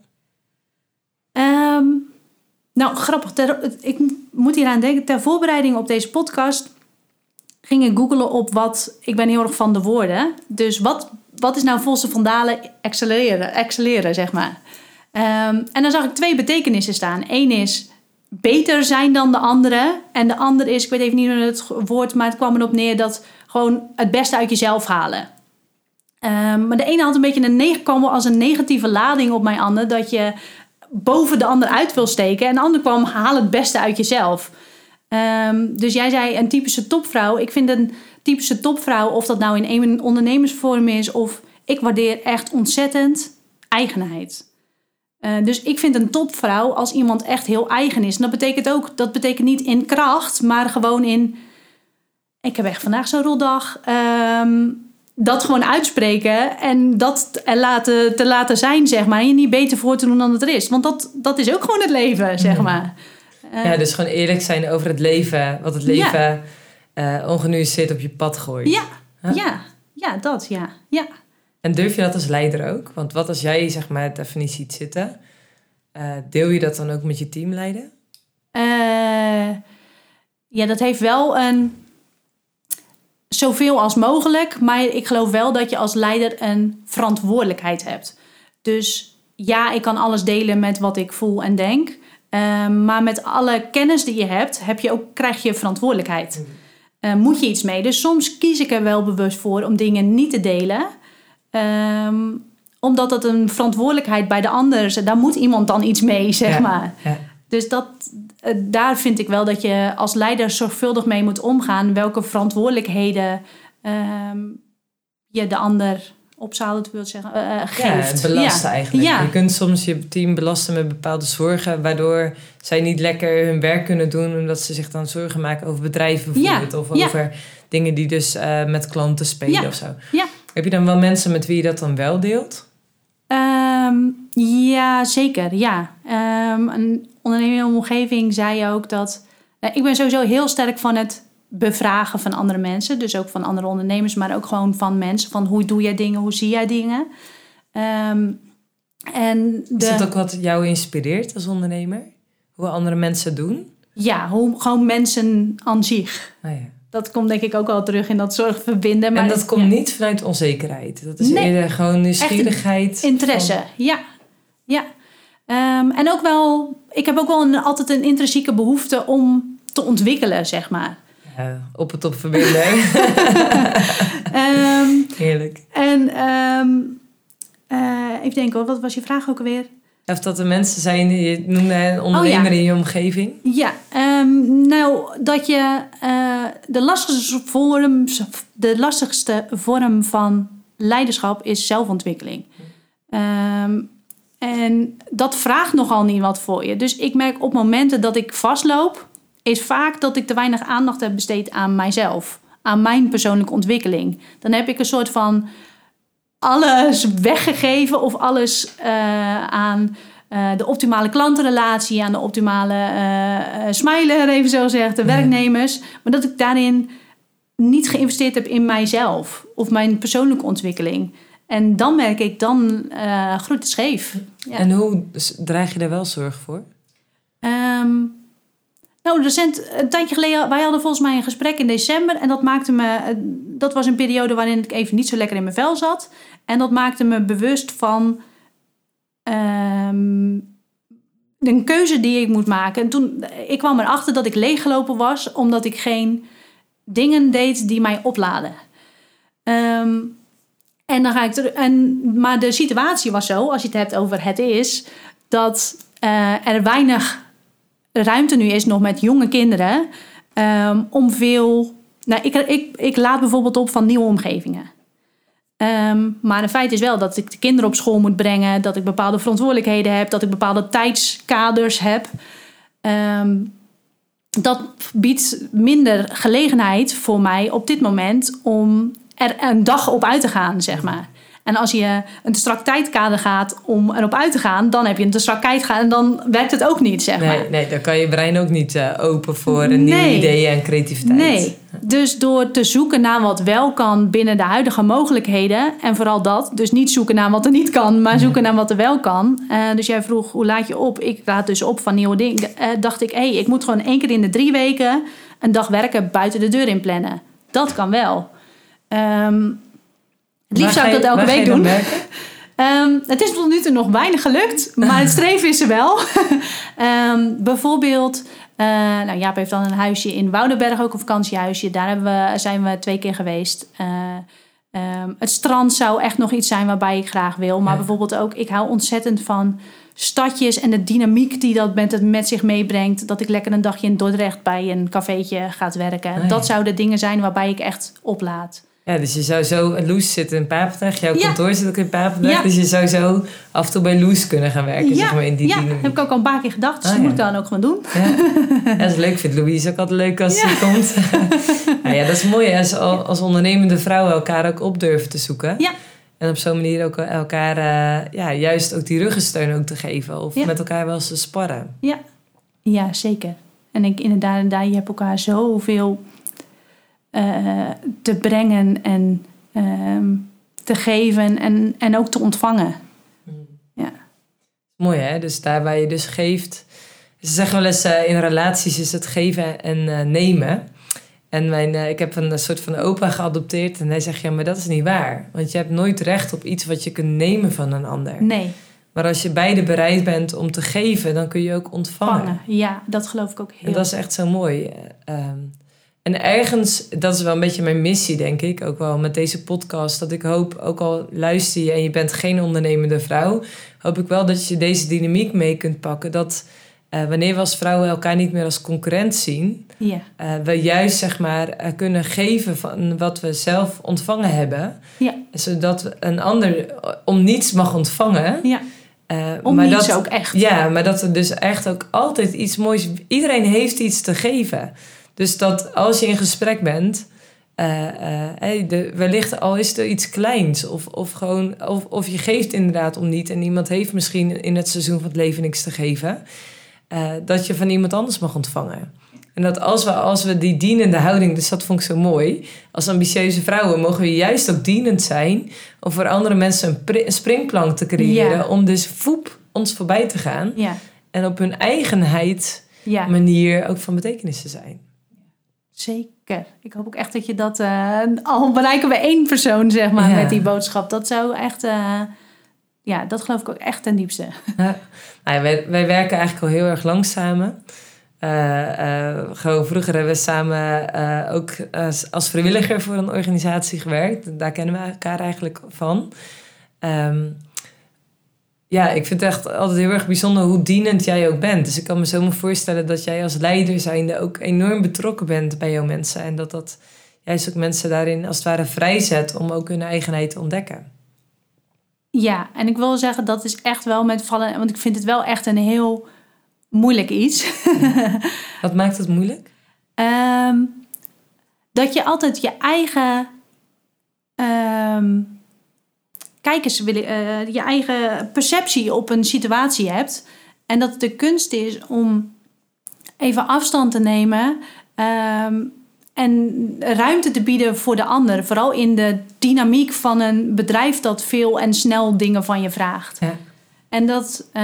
Um, nou, grappig. Ter, ik moet hier aan denken. Ter voorbereiding op deze podcast... ging ik googlen op wat... Ik ben heel erg van de woorden. Dus wat, wat is nou volgens de Vandalen excelleren, excelleren, zeg maar. Um, en dan zag ik twee betekenissen staan. Eén is beter zijn dan de andere. En de andere is, ik weet even niet meer het woord... maar het kwam erop neer dat gewoon het beste uit jezelf halen. Um, maar de ene had een beetje een neg- kwam als een negatieve lading op mijn ander... dat je boven de ander uit wil steken. En de ander kwam, haal het beste uit jezelf... Um, dus jij zei een typische topvrouw. Ik vind een typische topvrouw, of dat nou in een ondernemersvorm is... of ik waardeer echt ontzettend eigenheid. Uh, dus ik vind een topvrouw als iemand echt heel eigen is. En dat betekent ook, dat betekent niet in kracht, maar gewoon in... ik heb echt vandaag zo'n roldag. Um, dat gewoon uitspreken en dat er laten, te laten zijn, zeg maar. En je niet beter voor te doen dan het er is. Want dat, dat is ook gewoon het leven, zeg maar. Uh, ja, dus gewoon eerlijk zijn over het leven. Wat het leven ja. uh, ongenuanceerd op je pad gooit. Ja, huh? ja, ja, dat, ja. ja. En durf je dat als leider ook? Want wat als jij, zeg maar, het even niet ziet zitten... Uh, deel je dat dan ook met je teamleider? Uh, ja, dat heeft wel een... zoveel als mogelijk. Maar ik geloof wel dat je als leider een verantwoordelijkheid hebt. Dus ja, ik kan alles delen met wat ik voel en denk... Uh, maar met alle kennis die je hebt, heb je ook, krijg je verantwoordelijkheid. Uh, moet je iets mee. Dus soms kies ik er wel bewust voor om dingen niet te delen. Um, omdat dat een verantwoordelijkheid bij de ander is. Daar moet iemand dan iets mee, zeg ja, maar. Ja. Dus dat, uh, daar vind ik wel dat je als leider zorgvuldig mee moet omgaan. Welke verantwoordelijkheden um, je de ander... opzalen, wil zeggen, uh, geeft. Ja, belasten ja. eigenlijk. Ja. Je kunt soms je team belasten met bepaalde zorgen... waardoor zij niet lekker hun werk kunnen doen... omdat ze zich dan zorgen maken over bedrijven bijvoorbeeld... Ja. of ja. over dingen die dus uh, met klanten spelen ja. of zo. Ja. Heb je dan wel mensen met wie je dat dan wel deelt? Um, ja, zeker, ja. Um, een ondernemer in mijn omgeving zei ook dat... Uh, ik ben sowieso heel sterk van het... bevragen van andere mensen. Dus ook van andere ondernemers, maar ook gewoon van mensen. Van hoe doe jij dingen, hoe zie jij dingen? Um, en de... Is dat ook wat jou inspireert als ondernemer? Hoe andere mensen doen? Ja, hoe gewoon mensen aan zich. Oh ja. Dat komt denk ik ook wel terug in dat zorg verbinden. Maar en dat het, komt ja. niet vanuit onzekerheid? Dat is nee, eerder gewoon nieuwsgierigheid? Interesse, van... ja. ja. Um, en ook wel... Ik heb ook wel een, altijd een intrinsieke behoefte om te ontwikkelen, zeg maar. Uh, op het op verbinden. um, Heerlijk. En um, uh, even denken hoor, wat was je vraag ook alweer? Of dat er mensen zijn, je noemde een ondernemer oh, ja. in je omgeving. Ja, um, nou dat je uh, de, lastigste vorm, de lastigste vorm van leiderschap is zelfontwikkeling. Um, en dat vraagt nogal niet wat voor je. Dus ik merk op momenten dat ik vastloop... is vaak dat ik te weinig aandacht heb besteed aan mijzelf. Aan mijn persoonlijke ontwikkeling. Dan heb ik een soort van alles weggegeven of alles uh, aan uh, de optimale klantenrelatie, aan de optimale uh, uh, smiler, even zo gezegd, de werknemers. Maar dat ik daarin niet geïnvesteerd heb in mijzelf of mijn persoonlijke ontwikkeling. En dan merk ik, dan uh, groeit het scheef. Ja. En hoe draag je daar wel zorg voor? Um, nou, recent, een tijdje geleden, wij hadden volgens mij een gesprek in december. En dat maakte me, dat was een periode waarin ik even niet zo lekker in mijn vel zat. En dat maakte me bewust van um, een keuze die ik moet maken. En toen, ik kwam erachter dat ik leeggelopen was, omdat ik geen dingen deed die mij opladen. Um, en dan ga ik terug. En, maar de situatie was zo, als je het hebt over het is, dat uh, er weinig ruimte nu is nog met jonge kinderen um, om veel. Nou, ik, ik, ik laat bijvoorbeeld op van nieuwe omgevingen. Um, maar het feit is wel dat ik de kinderen op school moet brengen, dat ik bepaalde verantwoordelijkheden heb, dat ik bepaalde tijdskaders heb. Um, dat biedt minder gelegenheid voor mij op dit moment om er een dag op uit te gaan, zeg maar. En als je een te strak tijdkader gaat om erop uit te gaan, dan heb je een te strak tijdkader en dan werkt het ook niet, zeg maar. Nee, nee, dan kan je brein ook niet uh, open voor een nieuwe nee. ideeën en creativiteit. Nee, dus door te zoeken naar wat wel kan binnen de huidige mogelijkheden, en vooral dat, dus niet zoeken naar wat er niet kan, maar zoeken naar wat er wel kan. Uh, dus jij vroeg, hoe laat je op? Ik laat dus op van nieuwe dingen. Uh, dacht ik, hé, hey, ik moet gewoon één keer in de drie weken een dag werken buiten de deur in plannen. Dat kan wel. Um, Het liefst zou ik dat elke week doen. um, het is tot nu toe nog weinig gelukt, maar het streven is er wel. um, bijvoorbeeld, uh, nou, Jaap heeft dan een huisje in Woudenberg, ook een vakantiehuisje. Daar hebben we, zijn we twee keer geweest. Uh, um, het strand zou echt nog iets zijn waarbij ik graag wil. Maar ja. bijvoorbeeld ook, ik hou ontzettend van stadjes en de dynamiek die dat met, het met zich meebrengt. Dat ik lekker een dagje in Dordrecht bij een cafeetje gaat werken. Oh ja. Dat zouden dingen zijn waarbij ik echt oplaad. Ja, dus je zou zo... Loes zit in Papendrecht. Jouw ja. kantoor zit ook in Papendrecht. Ja. Dus je zou zo af en toe bij Loes kunnen gaan werken. Ja, zeg maar, in die ja. dynamiek. Heb ik ook al een paar keer gedacht. Dus oh, dat ja. moet ik dan ook gewoon doen. Ja, ja dat is leuk. Ik vind Louise ook altijd leuk als ja. ze komt. nou ja, dat is mooi als, als ondernemende vrouwen elkaar ook op durven te zoeken. Ja. En op zo'n manier ook elkaar uh, ja, juist ook die ruggensteun ook te geven. Of ja. met elkaar wel eens te sparren. Ja, ja zeker. En ik inderdaad, inderdaad, je hebt elkaar zoveel uh, te brengen en uh, te geven en, en ook te ontvangen. Hmm. Ja. Mooi hè, dus daar waar je dus geeft. Ze zeggen wel eens uh, in relaties is het geven en uh, nemen. En mijn, uh, ik heb een soort van opa geadopteerd. En hij zegt, ja, maar dat is niet waar. Want je hebt nooit recht op iets wat je kunt nemen van een ander. Nee. Maar als je beide bereid bent om te geven, dan kun je ook ontvangen. ontvangen. Ja, dat geloof ik ook heel. En dat is echt zo mooi. Um, en ergens, dat is wel een beetje mijn missie, denk ik. Ook wel met deze podcast. Dat ik hoop, ook al luister je en je bent geen ondernemende vrouw, hoop ik wel dat je deze dynamiek mee kunt pakken. Dat Uh, wanneer we als vrouwen elkaar niet meer als concurrent zien, ja. uh, we juist zeg maar uh, kunnen geven van wat we zelf ontvangen hebben, ja. zodat een ander om niets mag ontvangen. Ja. Uh, om maar niets dat, ook echt. Ja, maar dat er dus echt ook altijd iets moois. Iedereen heeft iets te geven. Dus dat als je in gesprek bent, uh, uh, hey, de, wellicht al is er iets kleins of, of gewoon of, of je geeft inderdaad om niet en iemand heeft misschien in het seizoen van het leven niks te geven. Uh, dat je van iemand anders mag ontvangen. En dat als we, als we die dienende houding, dus dat vond ik zo mooi, als ambitieuze vrouwen mogen we juist ook dienend zijn om voor andere mensen een, pri- een springplank te creëren, ja. om dus voep ons voorbij te gaan ja. en op hun eigenheid ja. manier ook van betekenis te zijn. Zeker. Ik hoop ook echt dat je dat uh, al bereiken we één persoon, zeg maar, ja. met die boodschap. Dat zou echt... Uh, Ja, dat geloof ik ook echt ten diepste. Ja. Nou, wij, wij werken eigenlijk al heel erg lang samen. Uh, uh, gewoon vroeger hebben we samen uh, ook als, als vrijwilliger voor een organisatie gewerkt. Daar kennen we elkaar eigenlijk van. Um, ja, ik vind het echt altijd heel erg bijzonder hoe dienend jij ook bent. Dus ik kan me zo maar voorstellen dat jij als leider zijnde ook enorm betrokken bent bij jouw mensen. En dat dat juist ook mensen daarin als het ware vrijzet om ook hun eigenheid te ontdekken. Ja, en ik wil zeggen, dat is echt wel met vallen... Want ik vind het wel echt een heel moeilijk iets. Wat maakt het moeilijk? Um, dat je altijd je eigen... Um, kijkers willen, uh, je eigen perceptie op een situatie hebt. En dat het de kunst is om even afstand te nemen... Um, en ruimte te bieden voor de ander. Vooral in de dynamiek van een bedrijf dat veel en snel dingen van je vraagt. Ja. En dat, uh,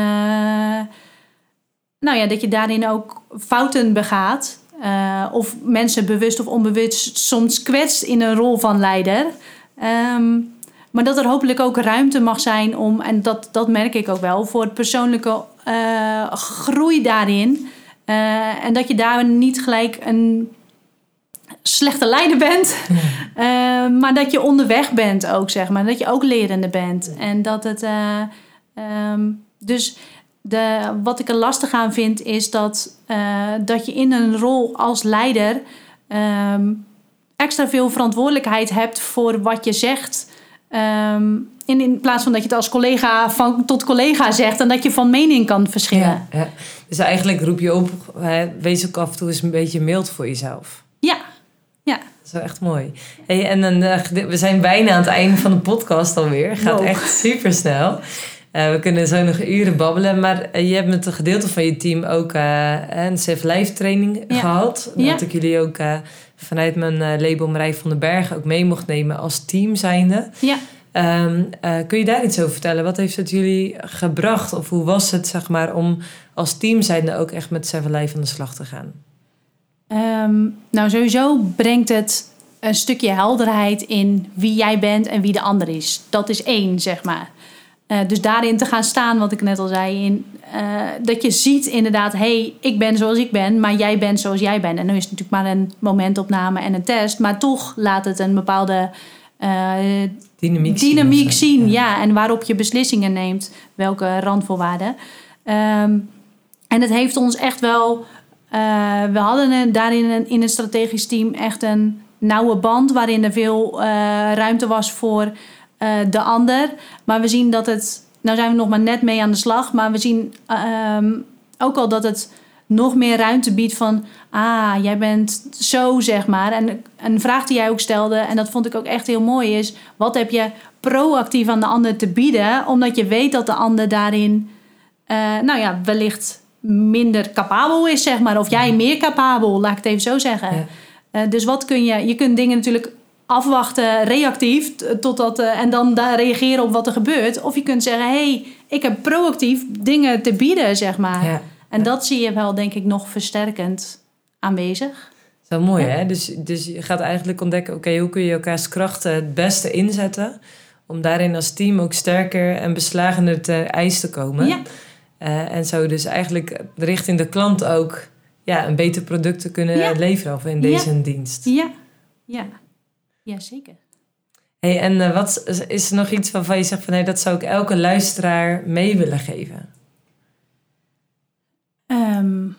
nou ja, dat je daarin ook fouten begaat. Uh, of mensen bewust of onbewust soms kwetst in een rol van leider. Um, maar dat er hopelijk ook ruimte mag zijn om... en dat, dat merk ik ook wel, voor persoonlijke uh, groei daarin. Uh, en dat je daar niet gelijk een... slechte leider bent, ja. uh, maar dat je onderweg bent ook, zeg maar. Dat je ook lerende bent. En dat het... Uh, um, dus de, wat ik er lastig aan vind, is dat, uh, dat je in een rol als leider... Um, extra veel verantwoordelijkheid hebt voor wat je zegt... Um, in, in plaats van dat je het als collega van, tot collega zegt... en dat je van mening kan verschillen. Ja, ja. Dus eigenlijk roep je op... Hè, wees ook af en toe eens een beetje mild voor jezelf. Ja. Ja. Dat is wel echt mooi. Hey, en dan, uh, we zijn bijna aan het einde van de podcast alweer. Gaat wow. echt super snel. Uh, we kunnen zo nog uren babbelen. Maar uh, je hebt met een gedeelte van je team ook uh, een Safe Life training ja. gehad. Dat ja. ik jullie ook uh, vanuit mijn uh, label Marij van den Berg ook mee mocht nemen als team zijnde. Ja. Um, uh, kun je daar iets over vertellen? Wat heeft het jullie gebracht? Of hoe was het, zeg maar, om als team zijnde ook echt met Safe Life aan de slag te gaan? Um, nou, sowieso brengt het een stukje helderheid in wie jij bent en wie de ander is. Dat is één, zeg maar. Uh, dus daarin te gaan staan, wat ik net al zei, in, uh, dat je ziet inderdaad... hé, hey, ik ben zoals ik ben, maar jij bent zoals jij bent. En nu is het natuurlijk maar een momentopname en een test... maar toch laat het een bepaalde uh, dynamiek, dynamiek zien. zien ja. ja, en waarop je beslissingen neemt, welke randvoorwaarden. Um, en het heeft ons echt wel... Uh, we hadden een, daarin een, in een strategisch team echt een nauwe band... waarin er veel uh, ruimte was voor uh, de ander. Maar we zien dat het... Nou zijn we nog maar net mee aan de slag... maar we zien uh, um, ook al dat het nog meer ruimte biedt van... ah, jij bent zo, zeg maar. En een vraag die jij ook stelde... en dat vond ik ook echt heel mooi is... wat heb je proactief aan de ander te bieden... omdat je weet dat de ander daarin... Uh, nou ja, wellicht... minder capabel is, zeg maar. Of jij meer capabel, laat ik het even zo zeggen. Ja. Uh, dus wat kun je... Je kunt dingen natuurlijk afwachten, reactief... totdat, uh, en dan daar reageren op wat er gebeurt. Of je kunt zeggen... hey, ik heb proactief dingen te bieden, zeg maar. Ja. En ja. dat zie je wel, denk ik, nog versterkend aanwezig. Zo mooi, ja. hè? Dus, dus je gaat eigenlijk ontdekken... oké, okay, hoe kun je elkaars krachten het beste inzetten... om daarin als team ook sterker en beslagener te ijs te komen... Ja. Uh, en zo dus eigenlijk richting de klant ook ja, een beter product te kunnen ja. leveren of in deze ja. dienst. Ja, ja. ja zeker. Hey, en uh, wat is er nog iets waarvan je zegt van hey, dat zou ik elke luisteraar mee willen geven? Um,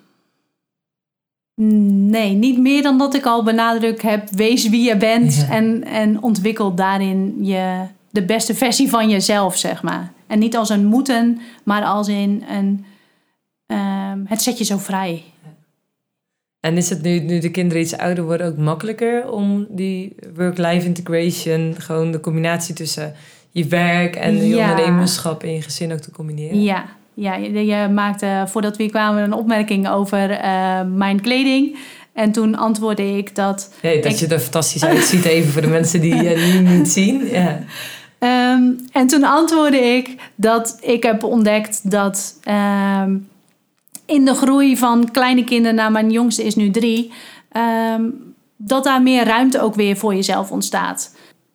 nee, niet meer dan dat ik al benadrukt heb. Wees wie je bent ja. en, en ontwikkel daarin je, de beste versie van jezelf, zeg maar. En niet als een moeten, maar als in een... Um, het zet je zo vrij. En is het nu, nu de kinderen iets ouder worden ook makkelijker... om die work-life integration... gewoon de combinatie tussen je werk en je ja. ondernemerschap... en je gezin ook te combineren? Ja, ja je, je maakte voordat we hier kwamen een opmerking over uh, mijn kleding... En toen antwoordde ik dat... Ja, dat ik... je er fantastisch uitziet, even voor de mensen die je nu niet zien. Ja. Um, en toen antwoordde ik dat ik heb ontdekt dat um, in de groei van kleine kinderen... nou, mijn jongste is nu drie... Um, dat daar meer ruimte ook weer voor jezelf ontstaat.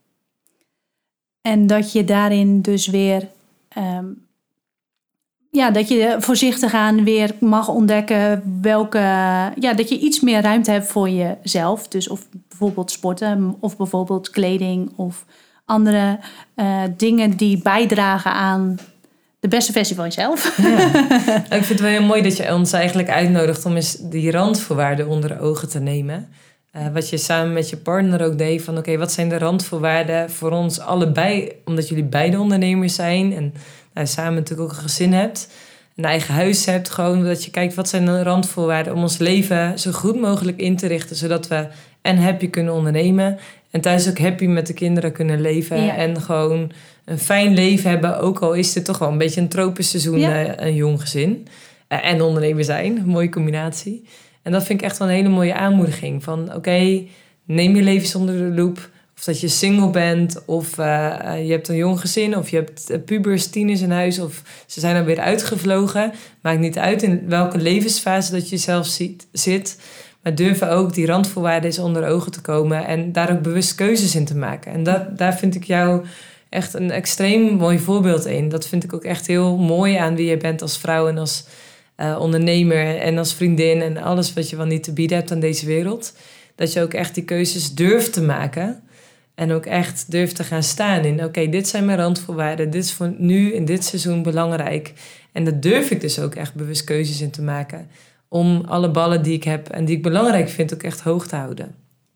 En dat je daarin dus weer... Um, ja, dat je voorzichtig aan weer mag ontdekken welke... Ja, dat je iets meer ruimte hebt voor jezelf. Dus of bijvoorbeeld sporten of bijvoorbeeld kleding... of andere uh, dingen die bijdragen aan de beste versie van jezelf. Ja. Ik vind het wel heel mooi dat je ons eigenlijk uitnodigt... om eens die randvoorwaarden onder ogen te nemen. Uh, wat je samen met je partner ook deed van... oké, okay, wat zijn de randvoorwaarden voor ons allebei... omdat jullie beide ondernemers zijn... en nou, samen natuurlijk ook een gezin hebt... een eigen huis hebt. Gewoon dat je kijkt wat zijn de randvoorwaarden om ons leven zo goed mogelijk in te richten. Zodat we en happy kunnen ondernemen. En thuis ook happy met de kinderen kunnen leven. Ja. En gewoon een fijn leven hebben. Ook al is dit toch wel een beetje een tropisch seizoen, ja. uh, een jong gezin. Uh, en ondernemer zijn. Een mooie combinatie. En dat vind ik echt wel een hele mooie aanmoediging. Van oké, okay, neem je leven onder de loep. Of dat je single bent. Of uh, je hebt een jong gezin. Of je hebt pubers, tieners in huis. Of ze zijn er weer uitgevlogen. Maakt niet uit in welke levensfase dat je zelf ziet, zit. Maar durven ook die randvoorwaarden eens onder ogen te komen. En daar ook bewust keuzes in te maken. En dat, daar vind ik jou echt een extreem mooi voorbeeld in. Dat vind ik ook echt heel mooi aan wie je bent als vrouw en als uh, ondernemer. En als vriendin en alles wat je wel niet te bieden hebt aan deze wereld. Dat je ook echt die keuzes durft te maken. En ook echt durft te gaan staan in. Oké, okay, dit zijn mijn randvoorwaarden. Dit is voor nu in dit seizoen belangrijk. En daar durf ik dus ook echt bewust keuzes in te maken. Om alle ballen die ik heb en die ik belangrijk vind ook echt hoog te houden.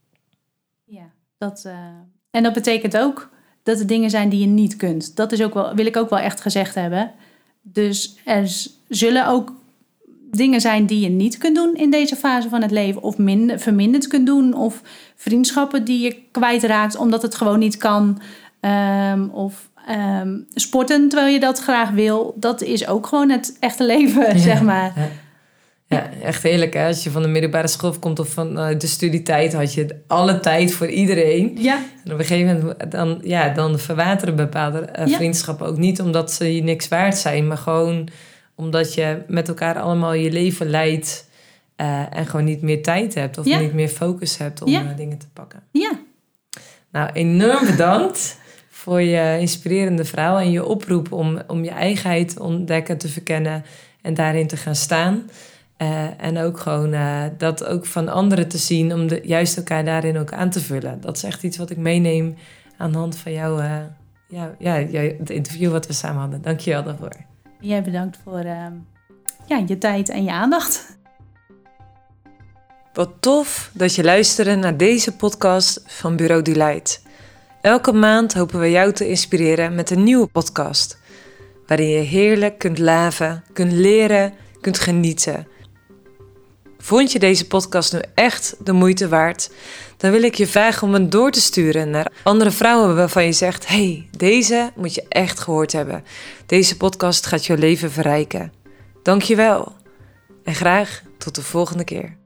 Ja, dat, uh... en dat betekent ook dat er dingen zijn die je niet kunt. Dat is ook wel, wil ik ook wel echt gezegd hebben. Dus er zullen ook dingen zijn die je niet kunt doen in deze fase van het leven. Of minder, verminderd kunt doen. Of vriendschappen die je kwijtraakt omdat het gewoon niet kan. Um, of um, sporten terwijl je dat graag wil. Dat is ook gewoon het echte leven, ja, zeg maar. Ja. Ja, echt heerlijk hè. Als je van de middelbare school komt of van uh, de studietijd, had je alle tijd voor iedereen. Ja. En op een gegeven moment dan, ja, dan verwateren bepaalde uh, ja. vriendschappen ook niet omdat ze je niks waard zijn, maar gewoon omdat je met elkaar allemaal je leven leidt uh, en gewoon niet meer tijd hebt of ja. niet meer focus hebt om ja. uh, dingen te pakken. Ja. Nou, enorm bedankt voor je inspirerende verhaal en je oproep om, om je eigenheid te ontdekken, te verkennen en daarin te gaan staan. Uh, en ook gewoon uh, dat ook van anderen te zien om de, juist elkaar daarin ook aan te vullen. Dat is echt iets wat ik meeneem aan de hand van jou, uh, ja, ja, het interview wat we samen hadden. Dank je wel daarvoor. Jij bedankt voor uh, ja, je tijd en je aandacht. Wat tof dat je luisterde naar deze podcast van Bureau Delight. Elke maand hopen we jou te inspireren met een nieuwe podcast. Waarin je heerlijk kunt laven, kunt leren, kunt genieten. Vond je deze podcast nu echt de moeite waard? Dan wil ik je vragen om hem door te sturen naar andere vrouwen waarvan je zegt: hey, deze moet je echt gehoord hebben. Deze podcast gaat je leven verrijken. Dank je wel. En graag tot de volgende keer.